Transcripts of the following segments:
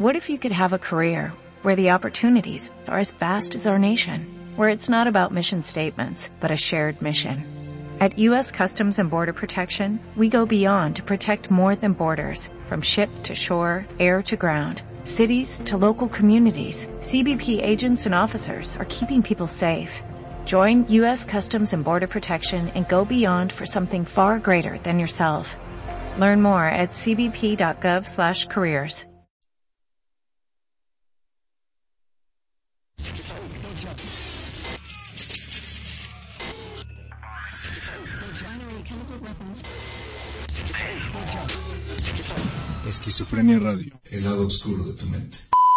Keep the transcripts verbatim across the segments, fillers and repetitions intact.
What if you could have a career where the opportunities are as vast as our nation, where it's not about mission statements, but a shared mission? At U S Customs and Border Protection, we go beyond to protect more than borders, from ship to shore, air to ground, cities to local communities. C B P agents and officers are keeping people safe. Join U S Customs and Border Protection and go beyond for something far greater than yourself. Learn more at c b p dot gov slash careers. Esquizofrenia Radio, el lado oscuro de tu mente.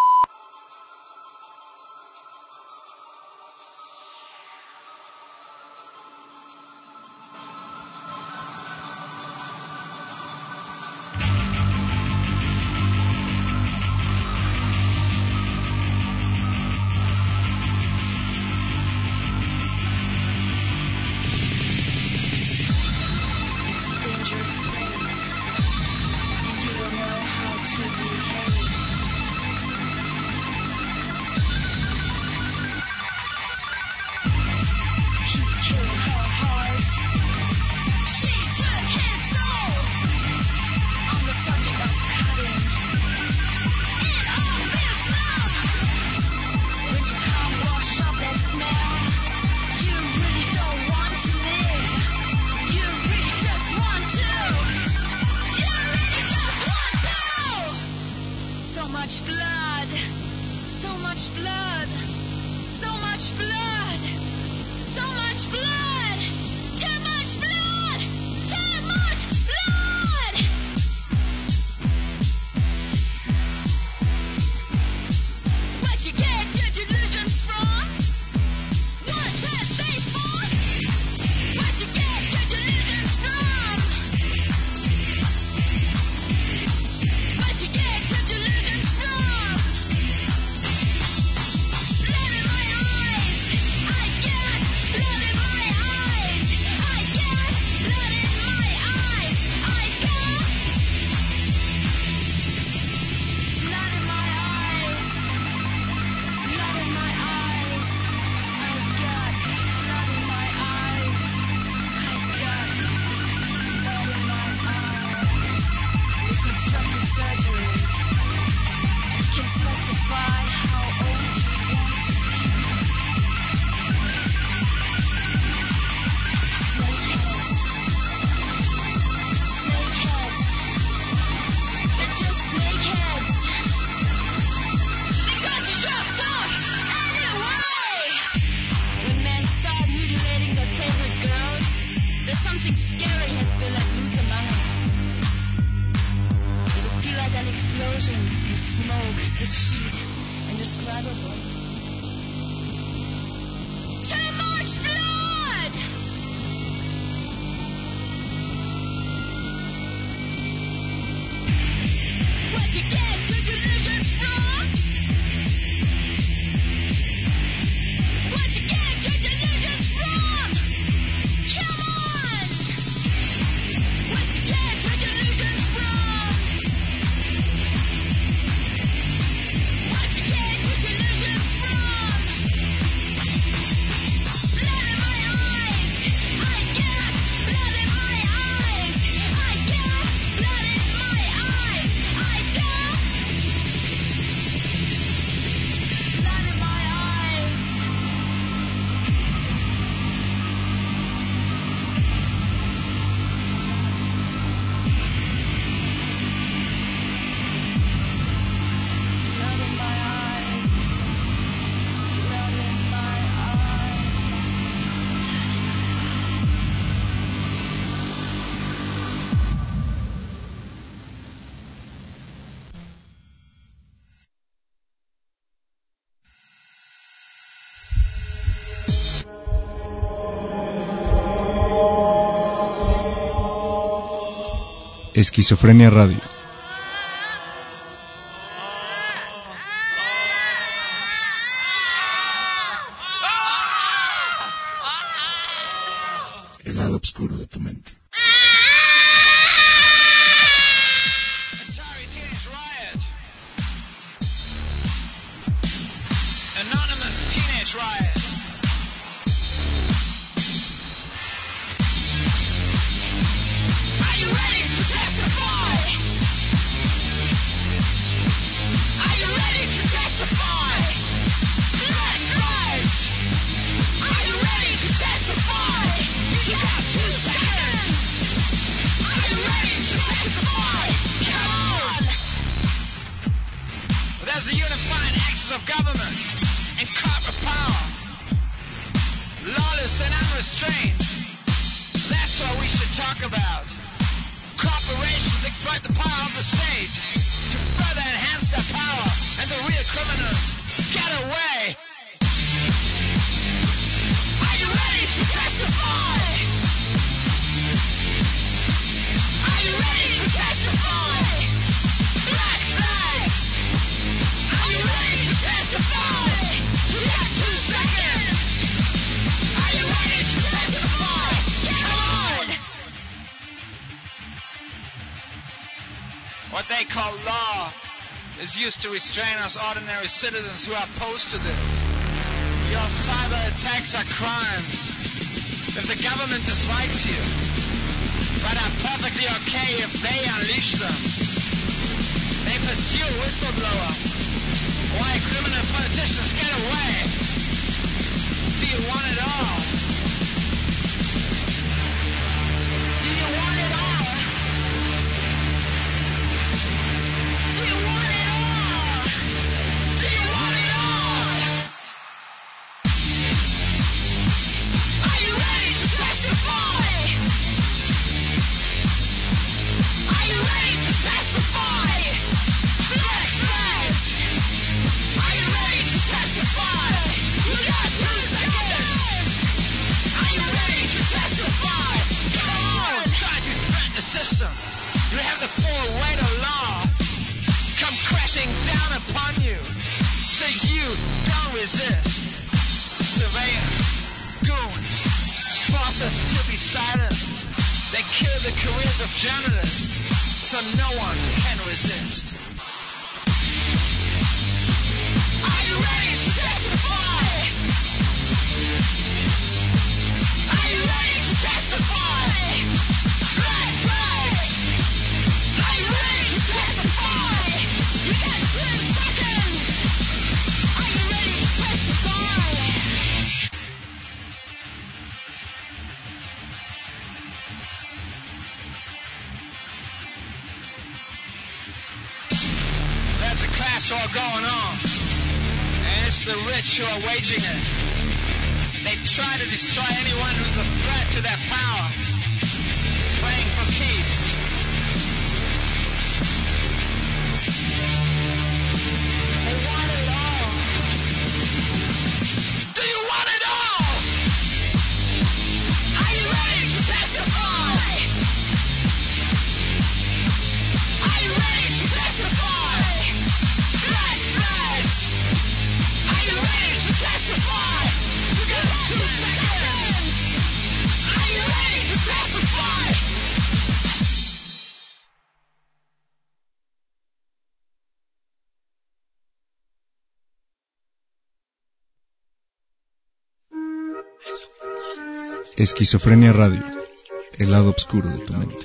Esquizofrenia Radio. El lado oscuro de tu mente. as the unifying axis of government and corporate power. Lawless and unrestrained. That's what we should talk about. Corporations exploit the power of the state to further enhance their power, and the real criminals get away. Are you ready to testify? Are you ready to testify? Black flags. Are you ready to testify? You got two seconds. Are you ready to testify? Come on. What they call law is used to restrain us ordinary citizens who are opposed to this. Your cyber attacks are crimes. If the government dislikes you, but are perfectly okay if they unleash them. They pursue a whistleblower. Why criminal politicians get away? Do you want it all? Do you want it all? Do you want it all? Do you want it all? Are you ready to testify? Are you ready to testify? Black flags. Are you ready to testify? You got two seconds. Are you ready to testify? Come on. Try to threaten the system. You have the full weight of law come crashing down upon you, so you don't resist. Surveillance, goons, force us to be silent. They kill the careers of journalists, so no one can resist. Are you ready to testify? Are you ready to testify? Black flags. Are you ready to testify? You got two seconds. Are you ready to testify? There's a clash war going on, and it's the rich who are waging it. They try to destroy anyone who's a threat to their power, playing for keeps. They want it all. Do you want it all? Are you ready to testify? Are you ready to testify? Black flags. Are you ready to testify? You got two seconds. Are you ready to testify? Esquizofrenia Radio, el lado oscuro de tu mente.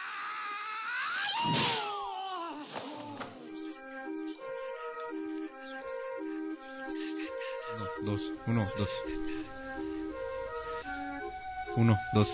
Uno, dos, uno, dos. Uno, dos.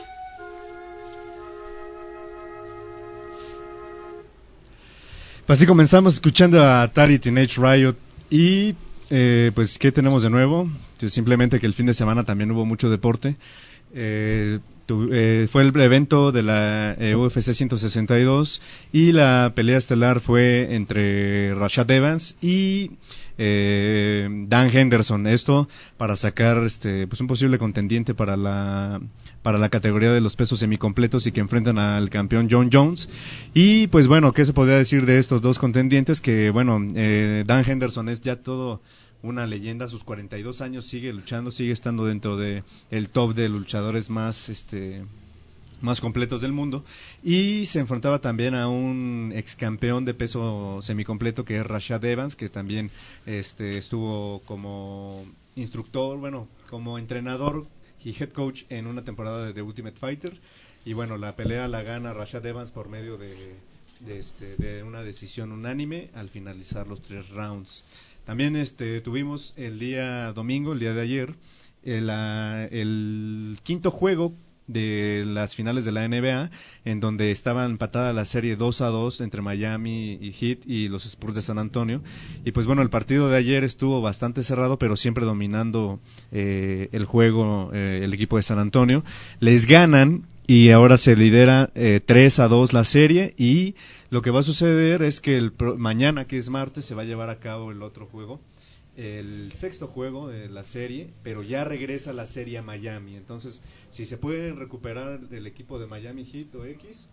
Pues así comenzamos escuchando a Atari Teenage Riot y eh, pues ¿qué tenemos de nuevo? Pues simplemente que el fin de semana también hubo mucho deporte. Eh, tu, eh, fue el evento de la eh, U F C ciento sesenta y dos y la pelea estelar fue entre Rashad Evans y eh, Dan Henderson, esto para sacar este pues un posible contendiente para la para la categoría de los pesos semicompletos y que enfrentan al campeón John Jones. Y pues bueno, ¿qué se podría decir de estos dos contendientes? Que bueno, eh, Dan Henderson es ya todo una leyenda, a sus cuarenta y dos años sigue luchando, sigue estando dentro de el top de luchadores más este más completos del mundo, y se enfrentaba también a un ex campeón de peso semicompleto que es Rashad Evans, que también este estuvo como instructor, bueno, como entrenador y head coach en una temporada de The Ultimate Fighter. Y bueno, la pelea la gana Rashad Evans por medio de, de este de una decisión unánime al finalizar los tres rounds. También este tuvimos el día domingo, el día de ayer, el, uh, el quinto juego de las finales de la N B A, en donde estaba empatada la serie dos a dos entre Miami y Heat y los Spurs de San Antonio. Y pues bueno, el partido de ayer estuvo bastante cerrado, pero siempre dominando eh, el juego eh, el equipo de San Antonio. Les ganan y ahora se lidera eh, tres a dos la serie, y lo que va a suceder es que el pro- mañana, que es martes, se va a llevar a cabo el otro juego, el sexto juego de la serie, pero ya regresa la serie a Miami. Entonces, si se puede recuperar el equipo de Miami Heat o X,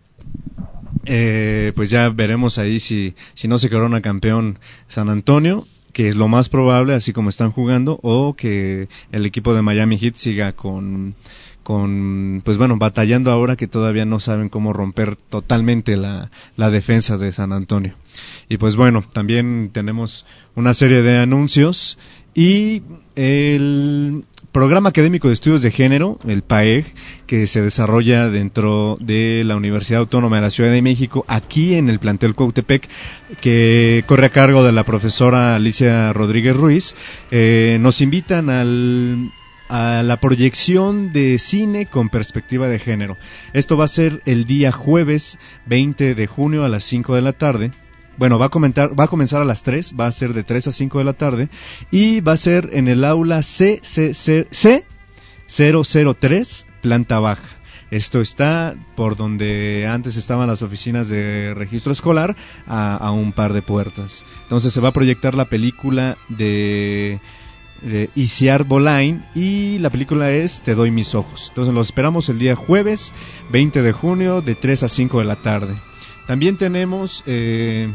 eh, pues ya veremos ahí si, si no se corona campeón San Antonio, que es lo más probable, así como están jugando, o que el equipo de Miami Heat siga con... con, pues bueno, batallando ahora que todavía no saben cómo romper totalmente la, la defensa de San Antonio. Y pues bueno, también tenemos una serie de anuncios y el Programa Académico de Estudios de Género, el P A E G, que se desarrolla dentro de la Universidad Autónoma de la Ciudad de México, aquí en el plantel Cuautepec, que corre a cargo de la profesora Alicia Rodríguez Ruiz, eh, nos invitan al... a la proyección de cine con perspectiva de género. Esto va a ser el día jueves veinte de junio a las cinco de la tarde. Bueno, va a comentar, va a comenzar a las tres, va a ser de tres a cinco de la tarde, y va a ser en el aula C C C cero cero tres, planta baja. Esto está por donde antes estaban las oficinas de registro escolar, a, a un par de puertas. Entonces se va a proyectar la película de Eh, Isiar Bolain, y la película es Te doy mis ojos. Entonces los esperamos el día jueves veinte de junio de tres a cinco de la tarde. También tenemos eh,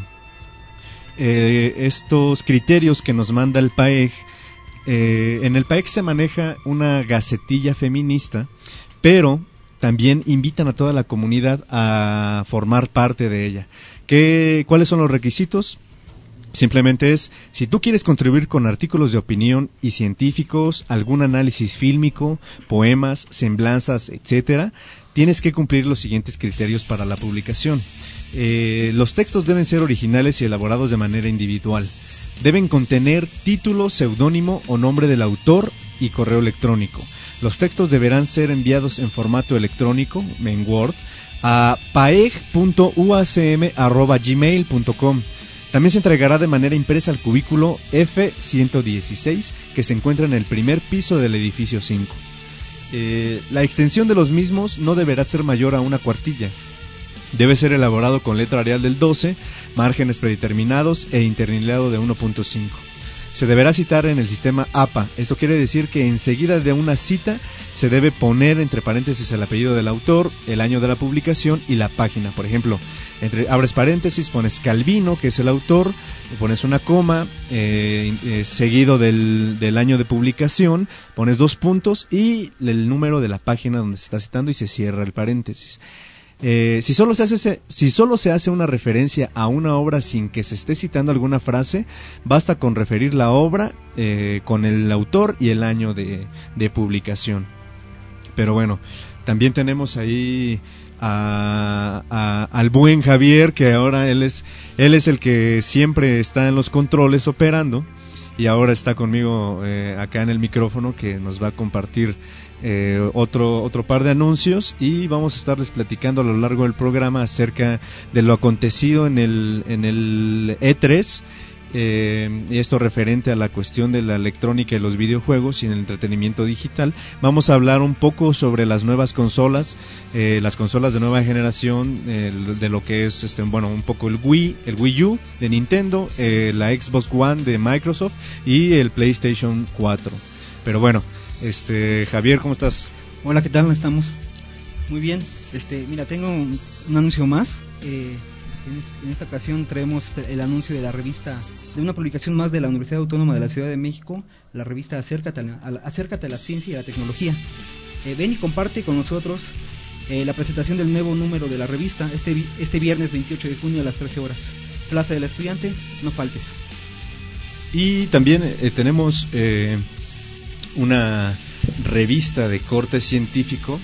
eh, estos criterios que nos manda el P A E G. Eh, en el P A E G se maneja una gacetilla feminista, pero también invitan a toda la comunidad a formar parte de ella. ¿Qué, ¿Cuáles son los requisitos? Simplemente es, si tú quieres contribuir con artículos de opinión y científicos, algún análisis fílmico, poemas, semblanzas, etcétera, tienes que cumplir los siguientes criterios para la publicación. Eh, los textos deben ser originales y elaborados de manera individual. Deben contener título, seudónimo o nombre del autor y correo electrónico. Los textos deberán ser enviados en formato electrónico, en Word, a paeg punto u a c m arroba gmail punto com. También se entregará de manera impresa al cubículo F ciento dieciséis, que se encuentra en el primer piso del edificio cinco. Eh, la extensión de los mismos no deberá ser mayor a una cuartilla. Debe ser elaborado con letra Arial del doce, márgenes predeterminados e interlineado de uno punto cinco. Se deberá citar en el sistema A P A. Esto quiere decir que enseguida de una cita se debe poner entre paréntesis el apellido del autor, el año de la publicación y la página. Por ejemplo, entre abres paréntesis, pones Calvino, que es el autor, pones una coma, eh, eh, seguido del, del año de publicación, pones dos puntos y el número de la página donde se está citando, y se cierra el paréntesis. Eh, si solo se hace si solo se hace una referencia a una obra sin que se esté citando alguna frase, basta con referir la obra eh, con el autor y el año de, de publicación. Pero bueno, también tenemos ahí a, a, al buen Javier, que ahora él es él es el que siempre está en los controles operando, y ahora está conmigo eh, acá en el micrófono, que nos va a compartir Eh, otro otro par de anuncios, y vamos a estarles platicando a lo largo del programa acerca de lo acontecido en el en el E tres, eh, y esto referente a la cuestión de la electrónica y los videojuegos y en el entretenimiento digital. Vamos a hablar un poco sobre las nuevas consolas, eh, las consolas de nueva generación, eh, de lo que es este bueno un poco el Wii, el Wii U de Nintendo, eh, la Xbox One de Microsoft y el PlayStation cuatro. Pero bueno, Este, Javier, ¿cómo estás? Hola, ¿qué tal? ¿Cómo estamos? Muy bien. Este, mira, tengo un, un anuncio más. Eh, en, es, en esta ocasión traemos el anuncio de la revista, de una publicación más de la Universidad Autónoma de la Ciudad de México, la revista Acércate a la, a la, Acércate a la Ciencia y a la Tecnología. Eh, ven y comparte con nosotros eh, la presentación del nuevo número de la revista este, este viernes veintiocho de junio a las trece horas. Plaza del Estudiante, no faltes. Y también eh, tenemos eh, una revista de corte científico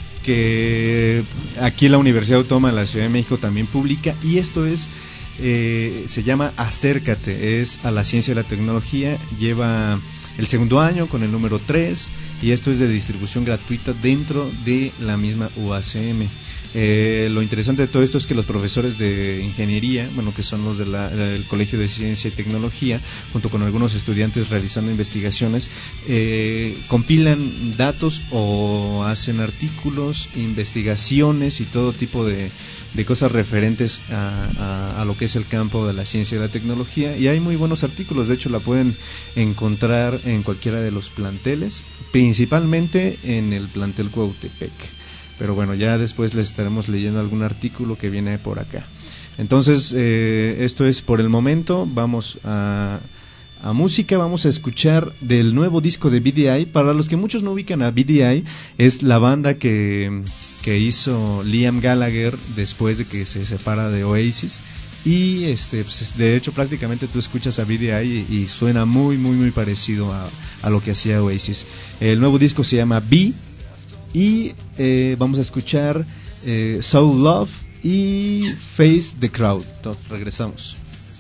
que aquí la Universidad Autónoma de la Ciudad de México también publica, y esto es eh, se llama Acércate, es a la ciencia y la tecnología. Lleva el segundo año con el número tres, y esto es de distribución gratuita dentro de la misma U A C M. Eh, lo interesante de todo esto es que los profesores de ingeniería, bueno, que son los de la, del Colegio de Ciencia y Tecnología, junto con algunos estudiantes realizando investigaciones, eh, compilan datos o hacen artículos, investigaciones y todo tipo de, de cosas referentes a, a, a lo que es el campo de la ciencia y la tecnología, y hay muy buenos artículos. De hecho la pueden encontrar en cualquiera de los planteles, principalmente en el plantel Cuautepec. Pero bueno, ya después les estaremos leyendo algún artículo que viene por acá. Entonces, eh, esto es por el momento. Vamos a, a música, vamos a escuchar del nuevo disco de B D I. Para los que muchos no ubican a B D I, es la banda que, que hizo Liam Gallagher después de que se separa de Oasis. Y este, pues, de hecho prácticamente tú escuchas a B D I y, y suena muy, muy, muy parecido a, a lo que hacía Oasis. El nuevo disco se llama B. Y eh, vamos a escuchar eh, Soul Love y Face the Crowd. Entonces, regresamos.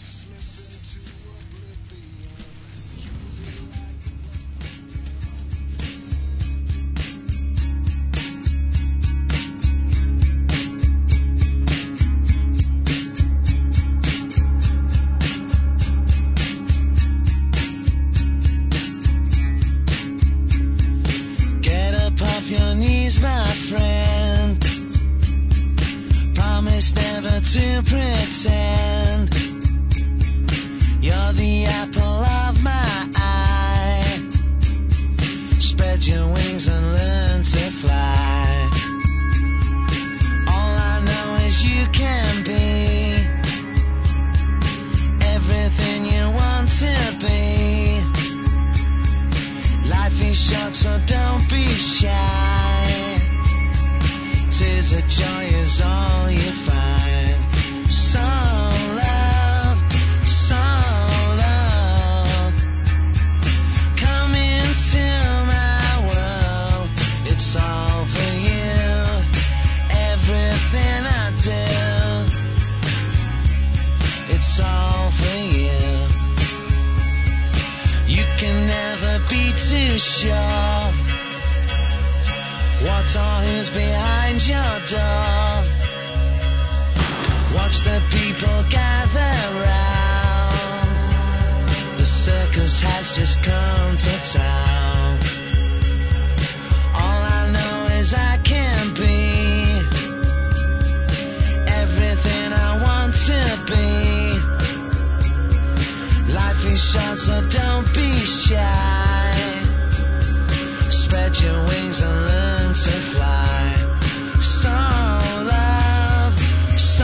To pretend you're the apple of my eye. Spread your wings and learn to fly. All I know is you can be everything you want to be. Life is short, so don't be shy. Tears of joy is all you find. So love, so love, come into my world. It's all for you, everything I do. It's all for you. You can never be too sure what or who's behind your door. Watch the people gather round. The circus has just come to town. All I know is I can be everything I want to be. Life is short, so don't be shy. Spread your wings and learn to fly. So love, so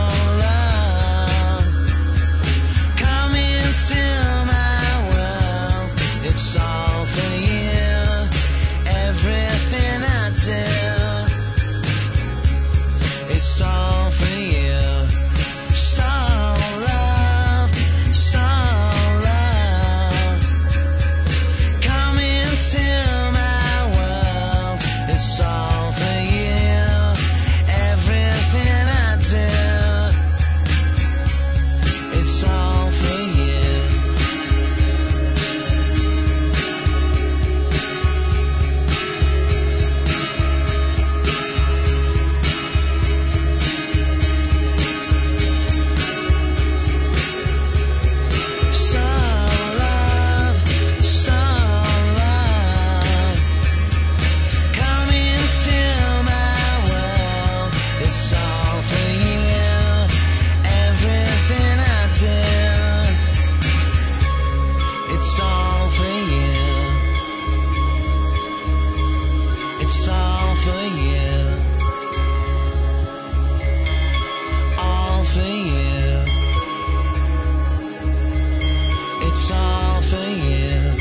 love, come into my world. It's all for you, everything I do. It's all for you. So love, so love, come into my world. It's all for you, everything I do. It's all for you. So love, so love, come into my world. It's all for you, everything I do. It's all for you. It's all for you. All for you. It's all for you.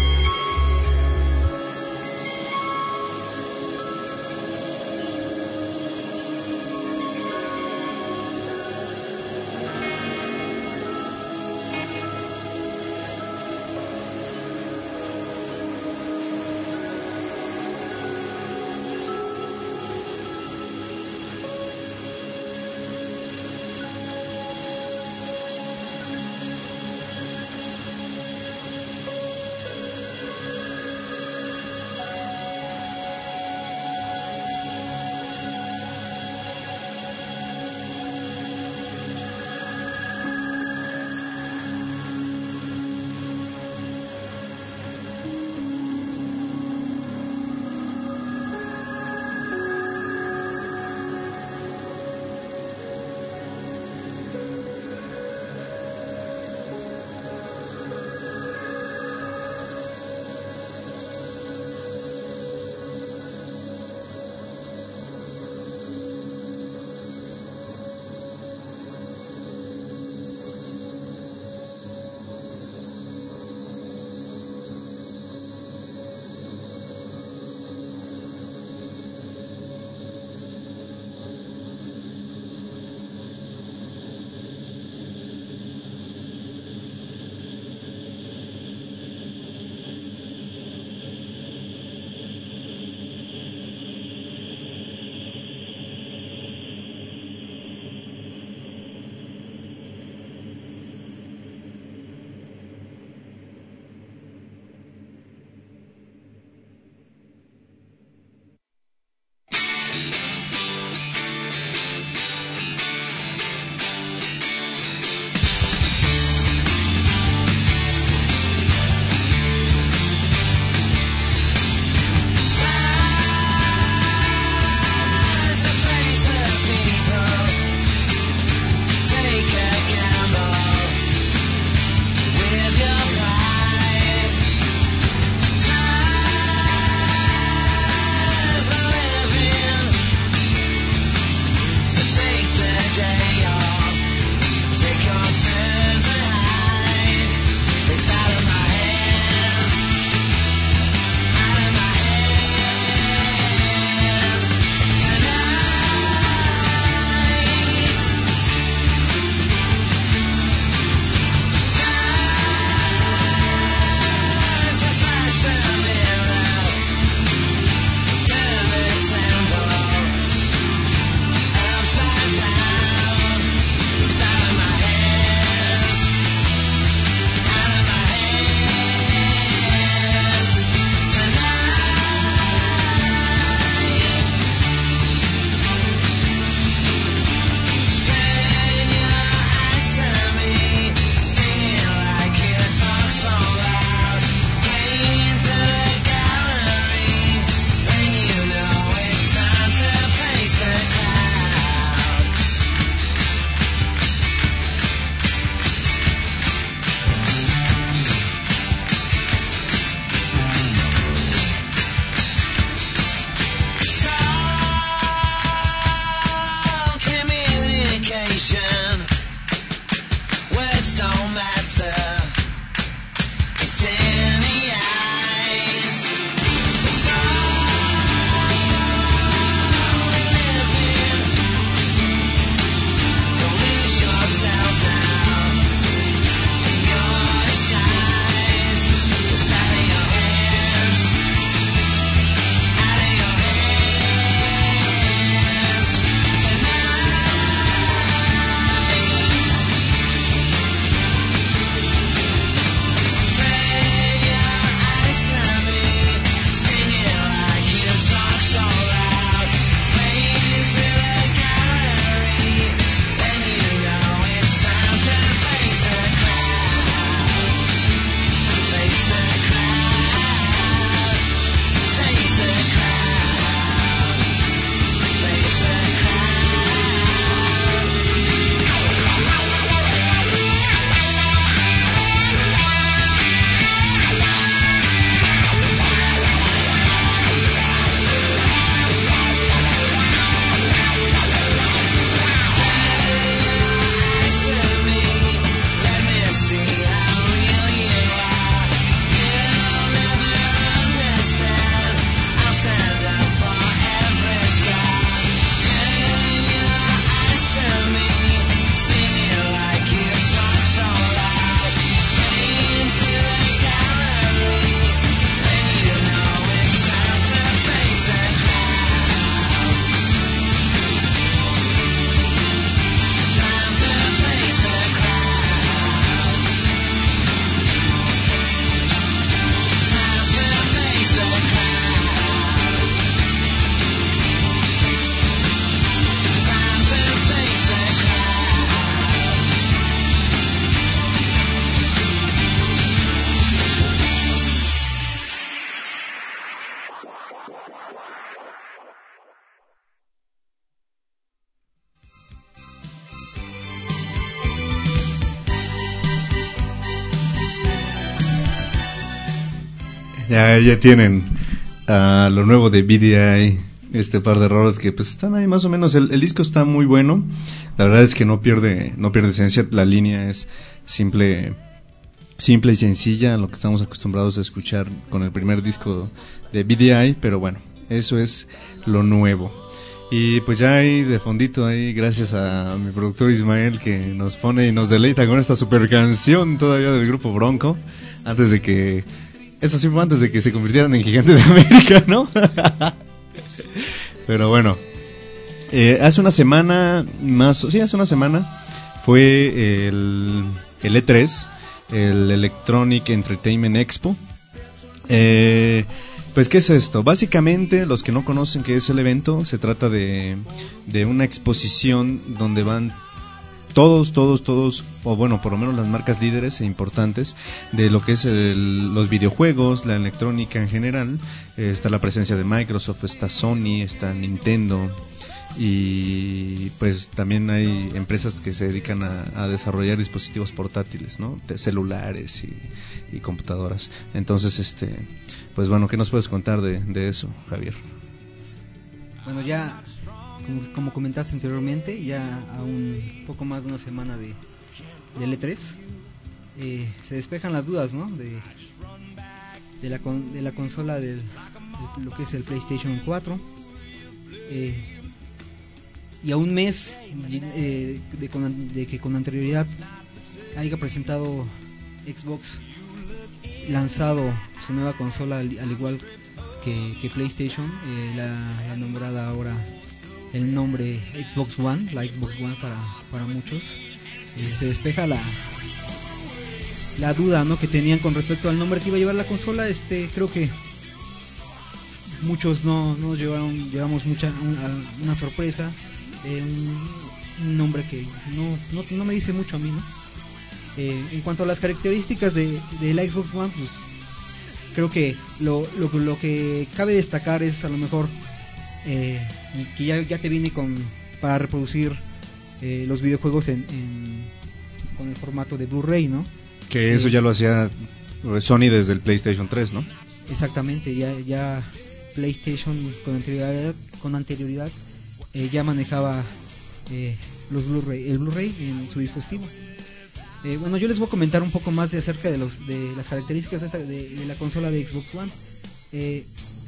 Ya, ya tienen uh, lo nuevo de B D I, este par de rolas que pues están ahí más o menos. El, el disco está muy bueno. La verdad es que no pierde, no pierde esencia. La línea es simple, simple y sencilla, a lo que estamos acostumbrados a escuchar con el primer disco de B D I, pero bueno, eso es lo nuevo. Y pues ya ahí de fondito, ahí gracias a mi productor Ismael que nos pone y nos deleita con esta super canción todavía del grupo Bronco, antes de que, eso sí fue antes de que se convirtieran en Gigantes de América, ¿no? Pero bueno, eh, hace una semana, más, sí, hace una semana fue el, el E tres, el Electronic Entertainment Expo. Eh... Pues, ¿qué es esto? Básicamente, los que no conocen qué es el evento, se trata de, de una exposición donde van todos, todos, todos, o bueno, por lo menos las marcas líderes e importantes de lo que es el, los videojuegos, la electrónica en general. Eh, está la presencia de Microsoft, está Sony, está Nintendo, y pues también hay empresas que se dedican a, a desarrollar dispositivos portátiles, ¿no? De celulares y, y computadoras. Entonces, este, pues bueno, ¿qué nos puedes contar de, de eso, Javier? Bueno, ya como, como comentaste anteriormente, ya a un poco más de una semana de del E tres, eh, se despejan las dudas, ¿no? De de la con, de la consola del de lo que es el PlayStation cuatro. Eh, y a un mes eh, de, con, de que con anterioridad haya presentado Xbox, lanzado su nueva consola al, al igual que, que PlayStation, eh, la, la nombrada ahora el nombre Xbox One, la Xbox One para, para muchos. Eh, se despeja la la duda, ¿no?, que tenían con respecto al nombre que iba a llevar la consola. Este, creo que muchos no nos llevaron llevamos mucha una, una sorpresa. Eh, un, un nombre que no, no, no me dice mucho a mí, ¿no? Eh, en cuanto a las características de, de la Xbox One, pues creo que lo, lo, lo que cabe destacar es a lo mejor eh, que ya, ya te viene con para reproducir eh, los videojuegos en, en con el formato de Blu-ray, ¿no? Que eso eh, ya lo hacía Sony desde el PlayStation tres, ¿no? Exactamente, ya, ya PlayStation con anterioridad, con anterioridad Eh, ya manejaba eh, los Blu-ray, el Blu-ray en su dispositivo. Eh, bueno, yo les voy a comentar un poco más de acerca de los de las características de, esta, de, de la consola de Xbox One. Eh,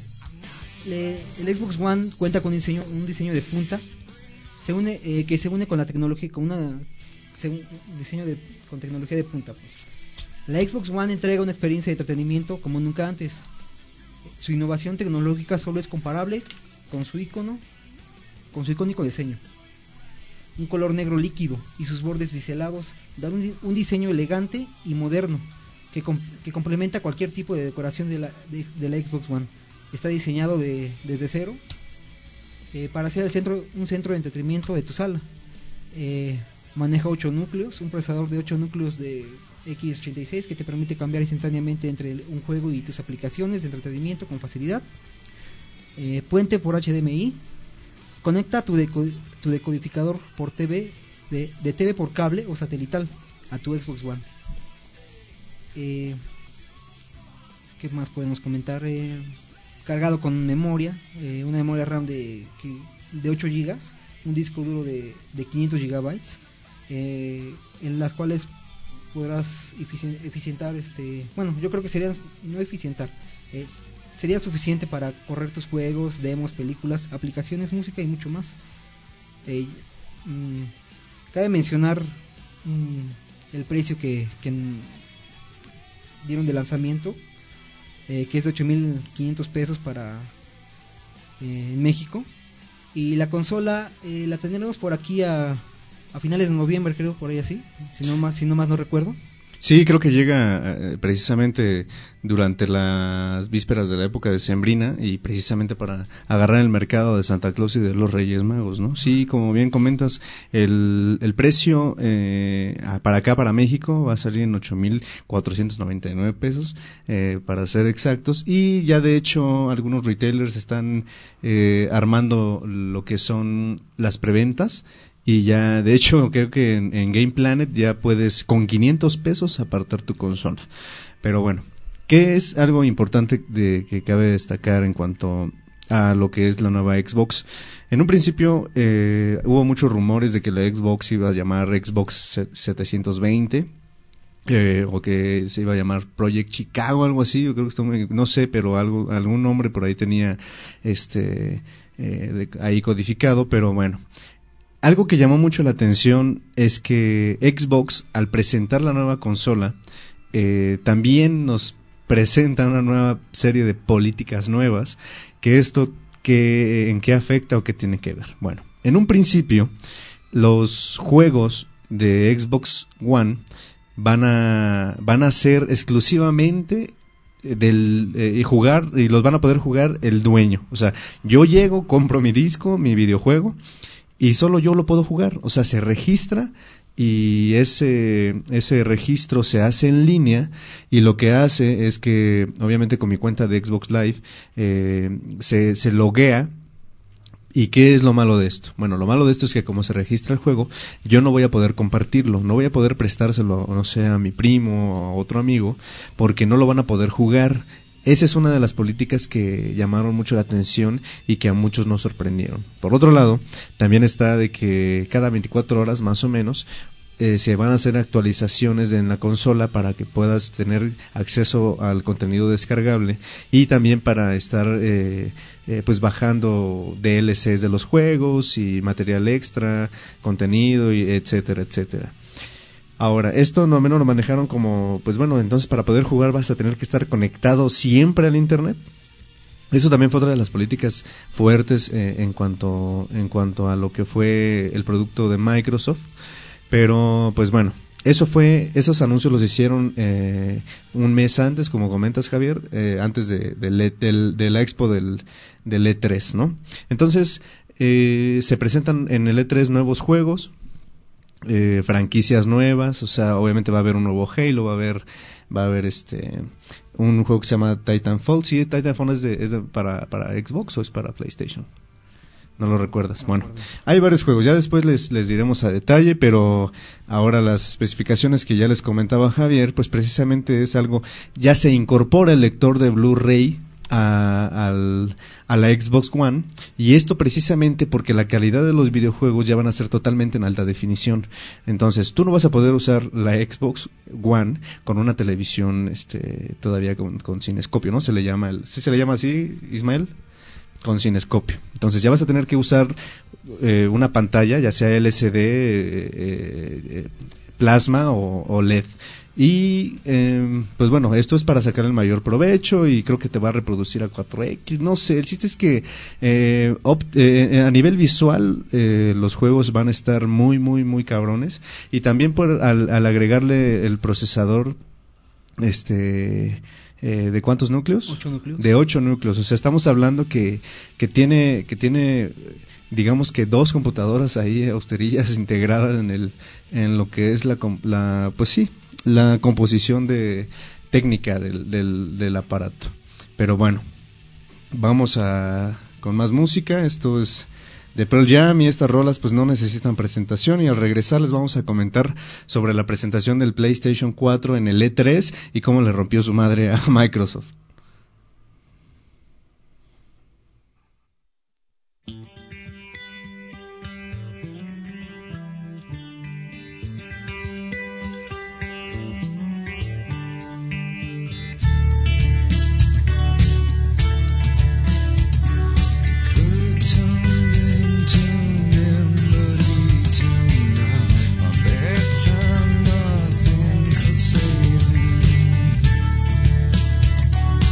le, el Xbox One cuenta con un diseño, un diseño de punta, se une, eh, que se une con la tecnología, con una se, un diseño de con tecnología de punta. Pues. La Xbox One entrega una experiencia de entretenimiento como nunca antes. Su innovación tecnológica solo es comparable con su icono. con su icónico diseño, un color negro líquido y sus bordes biselados dan un, un diseño elegante y moderno que, com, que complementa cualquier tipo de decoración de la, de, de la Xbox One. Está diseñado de, desde cero eh, para ser el centro, un centro de entretenimiento de tu sala. Eh, maneja ocho núcleos, un procesador de ocho núcleos de X ochenta y seis que te permite cambiar instantáneamente entre el, un juego y tus aplicaciones de entretenimiento con facilidad. Eh, puente por H D M I. Conecta tu, deco, tu decodificador por T V, de, de T V por cable o satelital a tu Xbox One. Eh, ¿Qué más podemos comentar? Eh, cargado con memoria, eh, una memoria RAM de, de ocho gigas, un disco duro de, de quinientos gigabytes, eh, en las cuales podrás eficien, eficientar, este, bueno, yo creo que sería, no eficientar, eh, sería suficiente para correr tus juegos, demos, películas, aplicaciones, música y mucho más. Eh, mmm, cabe mencionar mmm, el precio que, que dieron de lanzamiento, eh, que es de ocho mil quinientos pesos para eh, en México, y la consola eh, la tendremos por aquí a, a finales de noviembre, creo, por ahí así, si no más, si no más no recuerdo. Sí, creo que llega eh, precisamente durante las vísperas de la época decembrina y precisamente para agarrar el mercado de Santa Claus y de los Reyes Magos, ¿no? Sí, como bien comentas, el, el precio eh, para acá, para México, va a salir en ocho mil cuatrocientos noventa y nueve pesos, eh, para ser exactos, y ya de hecho algunos retailers están eh, armando lo que son las preventas. Y ya, de hecho, creo que en, en Game Planet ya puedes con quinientos pesos apartar tu consola. Pero bueno, ¿Qué es algo importante de que cabe destacar en cuanto a lo que es la nueva Xbox? En un principio eh, hubo muchos rumores de que la Xbox iba a llamar Xbox setecientos veinte. Eh, o que se iba a llamar Project Chicago, algo así. Yo creo que estoy muy, no sé, pero algo, algún nombre por ahí tenía este eh, de, ahí codificado. Pero bueno, algo que llamó mucho la atención es que Xbox, al presentar la nueva consola, eh, también nos presenta una nueva serie de políticas nuevas. Que esto, que en qué afecta o qué tiene que ver. Bueno, en un principio, los juegos de Xbox One van a van a ser exclusivamente del eh, jugar, y los van a poder jugar el dueño. O sea, yo llego, compro mi disco, mi videojuego, y solo yo lo puedo jugar. O sea, se registra y ese ese registro se hace en línea, y lo que hace es que, obviamente con mi cuenta de Xbox Live, eh, se, se loguea. ¿Y qué es lo malo de esto? Bueno, lo malo de esto es que como se registra el juego, yo no voy a poder compartirlo, no voy a poder prestárselo, no sé, a mi primo o a otro amigo, porque no lo van a poder jugar. Esa es una de las políticas que llamaron mucho la atención y que a muchos nos sorprendieron. Por otro lado, también está de que cada veinticuatro horas más o menos Eh, se van a hacer actualizaciones en la consola para que puedas tener acceso al contenido descargable, y también para estar eh, eh, pues bajando D L Cs de los juegos y material extra, contenido, y etcétera, etcétera. Ahora, esto no menos lo manejaron como, pues bueno, entonces para poder jugar vas a tener que estar conectado siempre al internet. Eso también fue otra de las políticas fuertes eh, en cuanto en cuanto a lo que fue el producto de Microsoft. Pero pues bueno, eso fue, esos anuncios los hicieron eh, un mes antes, como comentas, Javier, eh, antes de, de, de, de, de la expo del, del E tres, ¿no? Entonces eh, se presentan en el E tres nuevos juegos, eh, franquicias nuevas, o sea, obviamente va a haber un nuevo Halo, va a haber va a haber este un juego que se llama Titanfall. Sí, Titanfall es de, es de para para Xbox o es para PlayStation. No lo recuerdas. Bueno, hay varios juegos, ya después les, les diremos a detalle, pero ahora las especificaciones que ya les comentaba Javier, pues precisamente es algo, ya se incorpora el lector de Blu-ray a, al, a la Xbox One, y esto precisamente porque la calidad de los videojuegos ya van a ser totalmente en alta definición. Entonces, tú no vas a poder usar la Xbox One con una televisión este todavía con, con cinescopio, ¿no? Se le llama, el, ¿sí se le llama así, Ismael? Con cinescopio. Entonces ya vas a tener que usar eh, una pantalla, ya sea L C D, eh, eh, plasma o, o L E D. Y eh, pues bueno, esto es para sacar el mayor provecho, y creo que te va a reproducir a cuatro equis, no sé, el chiste es que eh, opt, eh, a nivel visual eh, los juegos van a estar muy muy muy cabrones, y también por al, al agregarle el procesador este Eh, ¿de cuántos núcleos? Ocho núcleos. De ocho núcleos. O sea, estamos hablando que que tiene que tiene digamos que dos computadoras ahí austerillas integradas en el en lo que es la la pues sí la composición de técnica del del, del aparato. Pero bueno, vamos a con más música. Esto es de Pearl Jam, y estas rolas pues no necesitan presentación, y al regresar les vamos a comentar sobre la presentación del PlayStation cuatro en el E tres y cómo le rompió su madre a Microsoft. Time nothing could save me.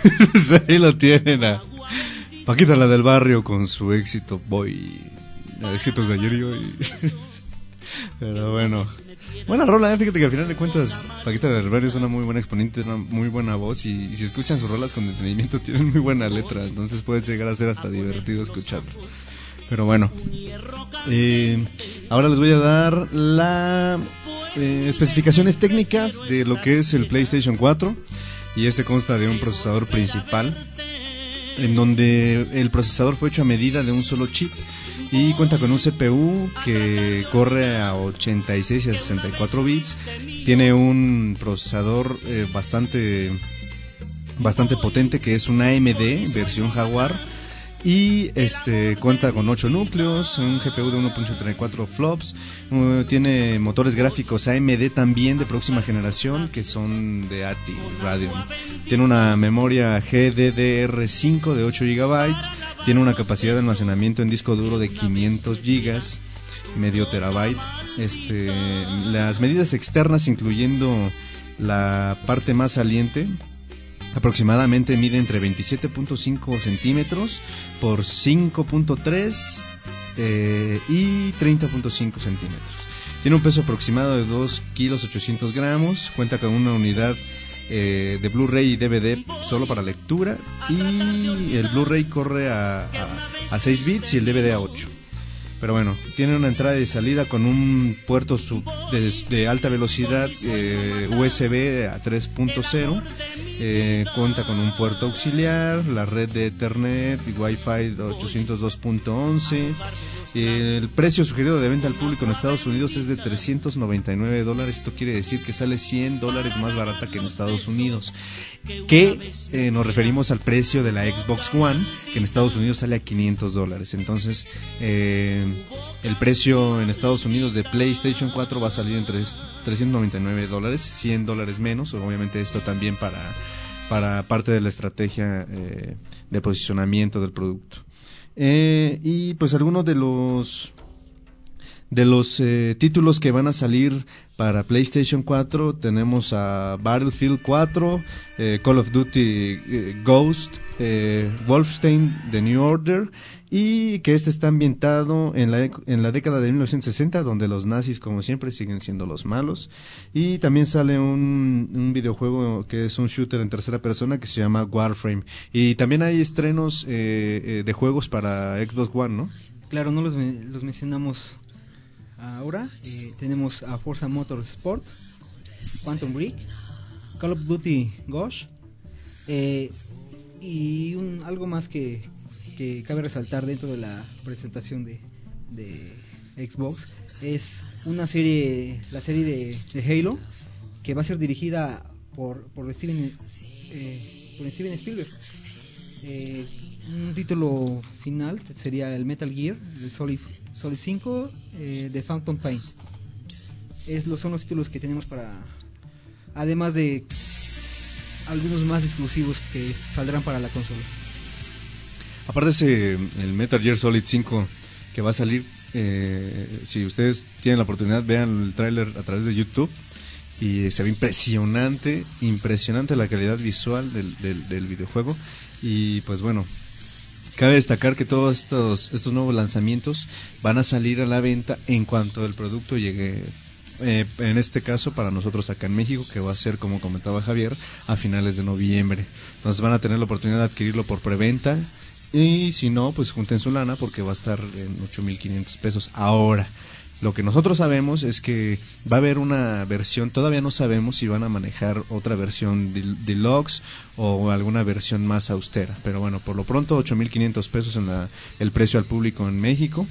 Ahí lo tienen a Paquita la del barrio con su éxito Boy, éxitos de ayer y hoy. Pero bueno, buena rola, ¿eh? Fíjate que al final de cuentas Paquita la del barrio es una muy buena exponente, una muy buena voz, y, y si escuchan sus rolas con detenimiento tienen muy buena letra, entonces puede llegar a ser hasta divertido escucharlo. Pero bueno, eh, ahora les voy a dar las eh, especificaciones técnicas de lo que es el PlayStation cuatro. Y este consta de un procesador principal, en donde el procesador fue hecho a medida de un solo chip, y cuenta con un C P U que corre a ochenta y seis y a sesenta y cuatro bits. Tiene un procesador eh, bastante bastante potente, que es un A M D versión Jaguar, y este cuenta con ocho núcleos, un G P U de uno punto treinta y cuatro flops, uh, tiene motores gráficos A M D también de próxima generación, que son de A T I Radeon. Tiene una memoria G D D R cinco de ocho gigabytes, tiene una capacidad de almacenamiento en disco duro de quinientos gigas, medio terabyte. Este, las medidas externas, incluyendo la parte más saliente, aproximadamente mide entre veintisiete punto cinco centímetros por cinco punto tres eh, y treinta punto cinco centímetros. Tiene un peso aproximado de dos kilos ochocientos gramos. Cuenta con una unidad eh, de Blu-ray y D V D solo para lectura, y el Blu-ray corre a, a, a seis bits y el D V D a ocho. Pero bueno, tiene una entrada y salida con un puerto sub de, de alta velocidad eh, U S B a tres punto cero, eh, cuenta con un puerto auxiliar, la red de Ethernet y Wi-Fi ochocientos dos punto once. El precio sugerido de venta al público en Estados Unidos es de trescientos noventa y nueve dólares. Esto quiere decir que sale cien dólares más barata que en Estados Unidos, que eh, nos referimos al precio de la Xbox One, que en Estados Unidos sale a quinientos dólares. Entonces eh, el precio en Estados Unidos de PlayStation cuatro va a salir en trescientos noventa y nueve dólares, cien dólares menos. Obviamente esto también para, para parte de la estrategia eh, de posicionamiento del producto. Eh, y pues algunos de los de los eh, títulos que van a salir para PlayStation cuatro, tenemos a Battlefield cuatro, eh, Call of Duty eh, Ghost, eh, Wolfenstein The New Order, y que este está ambientado en la, en la década de mil novecientos sesenta, donde los nazis, como siempre, siguen siendo los malos. Y también sale un, un videojuego que es un shooter en tercera persona que se llama Warframe. Y también hay estrenos eh, eh, de juegos para Xbox One, ¿no? Claro, no los, los mencionamos ahora. Eh, tenemos a Forza Motorsport, Quantum Break, Call of Duty Ghost, eh, y un, algo más que, que cabe resaltar dentro de la presentación de, de Xbox es una serie, la serie de, de Halo, que va a ser dirigida por, por Steven eh, por Steven Spielberg. Eh, un título final sería el Metal Gear, el Solid Solid cinco, eh, de Phantom Pain. Es, los, son los títulos que tenemos para, además de algunos más exclusivos que saldrán para la consola. Aparte ese, el Metal Gear Solid cinco que va a salir, eh, si ustedes tienen la oportunidad, vean el tráiler a través de YouTube, y se ve impresionante, impresionante la calidad visual del, del, del videojuego. Y pues bueno, cabe destacar que todos estos, estos nuevos lanzamientos van a salir a la venta en cuanto el producto llegue, eh, en este caso para nosotros acá en México, que va a ser, como comentaba Javier, a finales de noviembre. Entonces van a tener la oportunidad de adquirirlo por preventa, y si no, pues junten su lana, porque va a estar en ocho mil quinientos pesos. Ahora, lo que nosotros sabemos es que va a haber una versión, todavía no sabemos si van a manejar otra versión deluxe o alguna versión más austera, pero bueno, por lo pronto ocho mil quinientos pesos en la, el precio al público en México.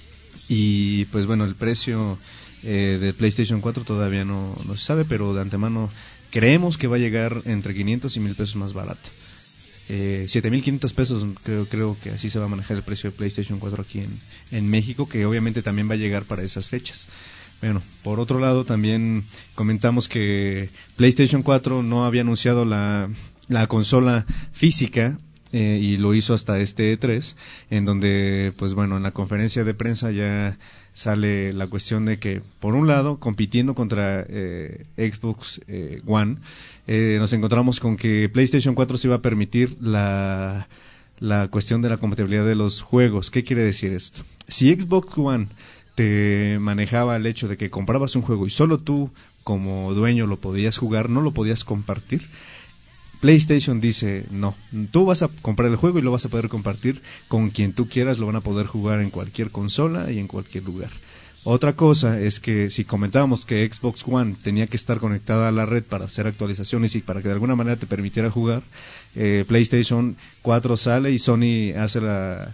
Y pues bueno, el precio eh, de PlayStation cuatro todavía no, no se sabe, pero de antemano creemos que va a llegar entre quinientos y mil pesos más barato. Eh, siete mil quinientos pesos, creo, creo que así se va a manejar el precio de PlayStation cuatro aquí en, en México, que obviamente también va a llegar para esas fechas. Bueno, por otro lado también comentamos que PlayStation cuatro no había anunciado la, la consola física eh, y lo hizo hasta este E tres, en donde, pues bueno, en la conferencia de prensa ya sale la cuestión de que, por un lado, compitiendo contra eh, Xbox eh, One, eh, nos encontramos con que PlayStation cuatro se iba a permitir la, la cuestión de la compatibilidad de los juegos. ¿Qué quiere decir esto? Si Xbox One te manejaba el hecho de que comprabas un juego y solo tú, como dueño, lo podías jugar, no lo podías compartir, PlayStation dice, no, tú vas a comprar el juego y lo vas a poder compartir con quien tú quieras, lo van a poder jugar en cualquier consola y en cualquier lugar. Otra cosa es que si comentábamos que Xbox One tenía que estar conectada a la red para hacer actualizaciones y para que de alguna manera te permitiera jugar, eh, PlayStation cuatro sale y Sony hace la,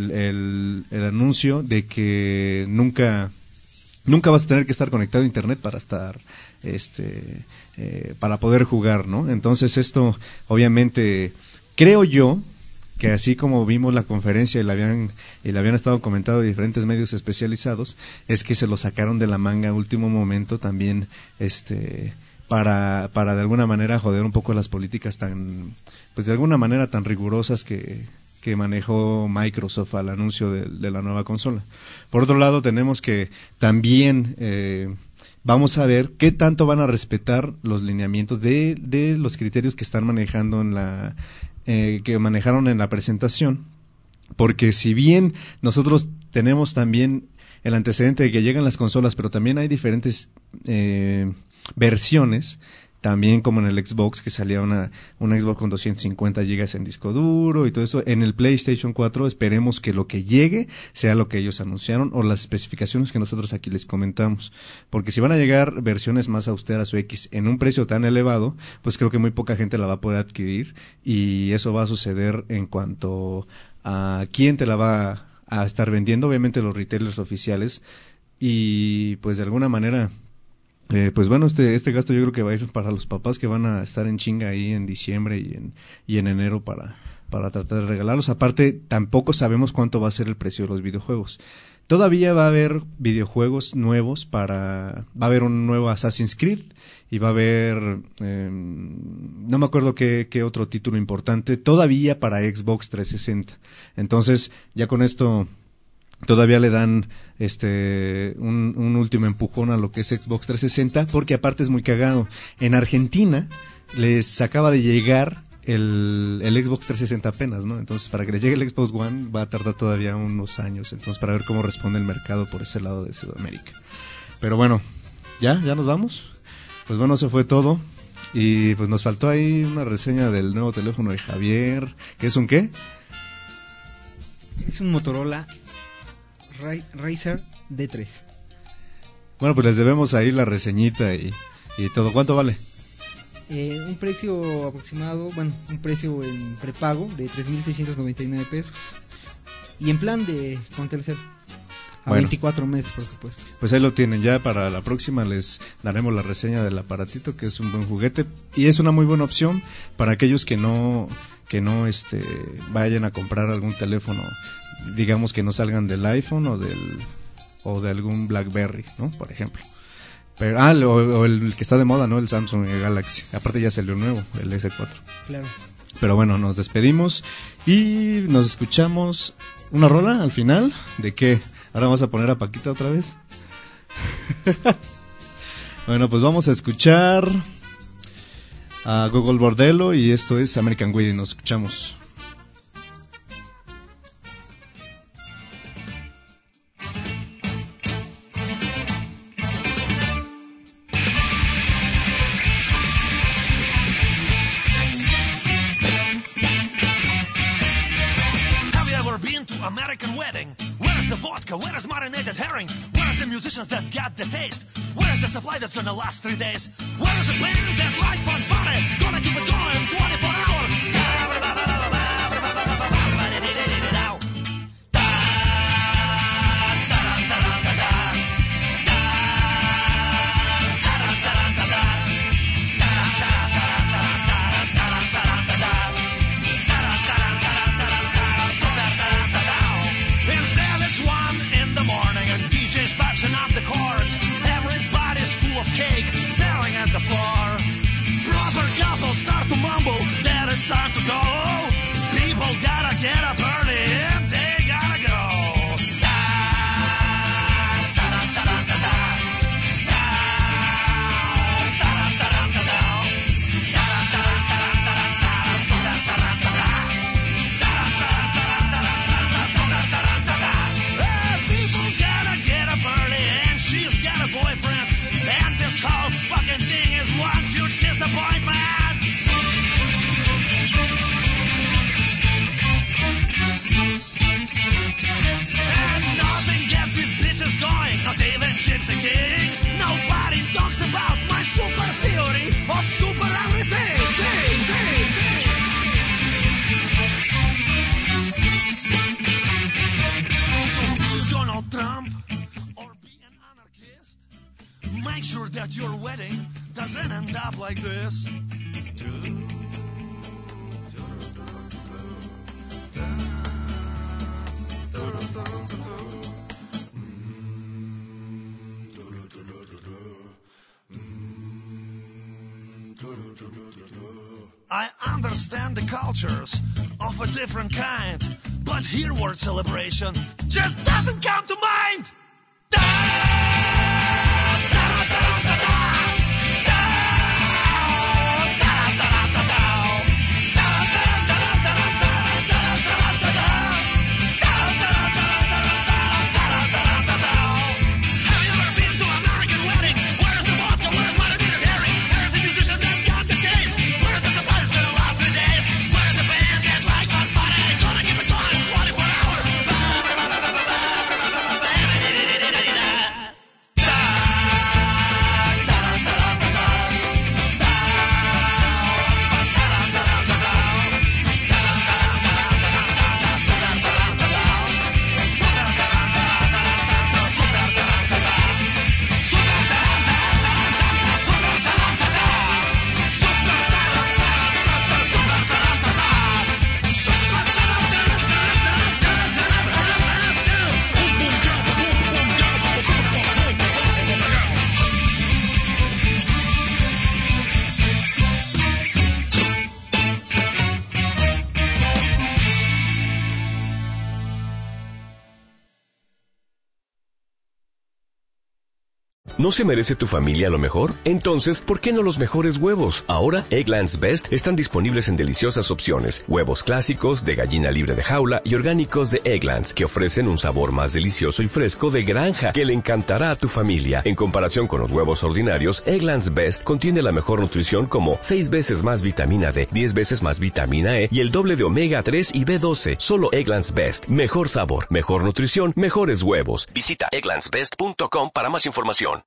el, el anuncio de que nunca... Nunca vas a tener que estar conectado a internet para estar, este, eh, para poder jugar, ¿no? Entonces esto, obviamente, creo yo que así como vimos la conferencia y la habían y la habían estado comentando diferentes medios especializados, es que se lo sacaron de la manga a último momento también, este, para para de alguna manera joder un poco las políticas tan, pues de alguna manera tan rigurosas que que manejó Microsoft al anuncio de, de la nueva consola. Por otro lado, tenemos que también eh, vamos a ver qué tanto van a respetar los lineamientos de, de los criterios que están manejando en la eh, que manejaron en la presentación, porque si bien nosotros tenemos también el antecedente de que llegan las consolas, pero también hay diferentes eh, versiones. También como en el Xbox, que salía una, una Xbox con doscientos cincuenta gigas en disco duro y todo eso. En el PlayStation cuatro esperemos que lo que llegue sea lo que ellos anunciaron o las especificaciones que nosotros aquí les comentamos. Porque si van a llegar versiones más austeras o X en un precio tan elevado, pues creo que muy poca gente la va a poder adquirir y eso va a suceder en cuanto a quién te la va a estar vendiendo. Obviamente los retailers oficiales y pues de alguna manera... Eh, pues bueno, este este gasto yo creo que va a ir para los papás que van a estar en chinga ahí en diciembre y en y en enero para para tratar de regalarlos. Aparte, tampoco sabemos cuánto va a ser el precio de los videojuegos. Todavía va a haber videojuegos nuevos para... Va a haber un nuevo Assassin's Creed y va a haber... Eh, no me acuerdo qué, qué otro título importante. Todavía para Xbox trescientos sesenta. Entonces, ya con esto... Todavía le dan este un, un último empujón a lo que es Xbox trescientos sesenta, porque aparte es muy cagado. En Argentina les acaba de llegar el, el Xbox trescientos sesenta apenas, ¿no? Entonces para que les llegue el Xbox One va a tardar todavía unos años. Entonces para ver cómo responde el mercado por ese lado de Sudamérica. Pero bueno, ¿ya? ¿Ya nos vamos? Pues bueno, eso fue todo. Y pues nos faltó ahí una reseña del nuevo teléfono de Javier. ¿Qué es un qué? Es un Motorola Razr D tres. Bueno, pues les debemos ahí la reseñita y, y todo. ¿Cuánto vale? Eh, un precio aproximado, bueno, un precio en prepago de tres mil seiscientos noventa y nueve pesos. Y en plan de con Telcel. A bueno, veinticuatro meses, por supuesto. Pues ahí lo tienen. Ya para la próxima les daremos la reseña del aparatito, que es un buen juguete. Y es una muy buena opción para aquellos que no, que no este, vayan a comprar algún teléfono, digamos que no salgan del iPhone o del o de algún BlackBerry, ¿no? Por ejemplo. Pero ah, o, o el que está de moda, ¿no? El Samsung Galaxy. Aparte ya salió nuevo, el ese cuatro. Claro. Pero bueno, nos despedimos y nos escuchamos una rola al final. ¿De qué? Ahora vamos a poner a Paquita otra vez. Bueno, pues vamos a escuchar a Gogol Bordello y esto es American Wedding. Nos escuchamos. Up the chords, everybody's full of cake, staring at the floor. make sure that your wedding doesn't end up like this. I understand the cultures of a different kind, but here word celebration just doesn't come to mind. ¿No se merece tu familia lo mejor? Entonces, ¿por qué no los mejores huevos? Ahora, Eggland's Best están disponibles en deliciosas opciones. Huevos clásicos, de gallina libre de jaula y orgánicos de Eggland's, que ofrecen un sabor más delicioso y fresco de granja, que le encantará a tu familia. En comparación con los huevos ordinarios, Eggland's Best contiene la mejor nutrición como seis veces más vitamina D, diez veces más vitamina E y el doble de omega tres y B doce. Solo Eggland's Best. Mejor sabor, mejor nutrición, mejores huevos. Visita egglands best punto com para más información.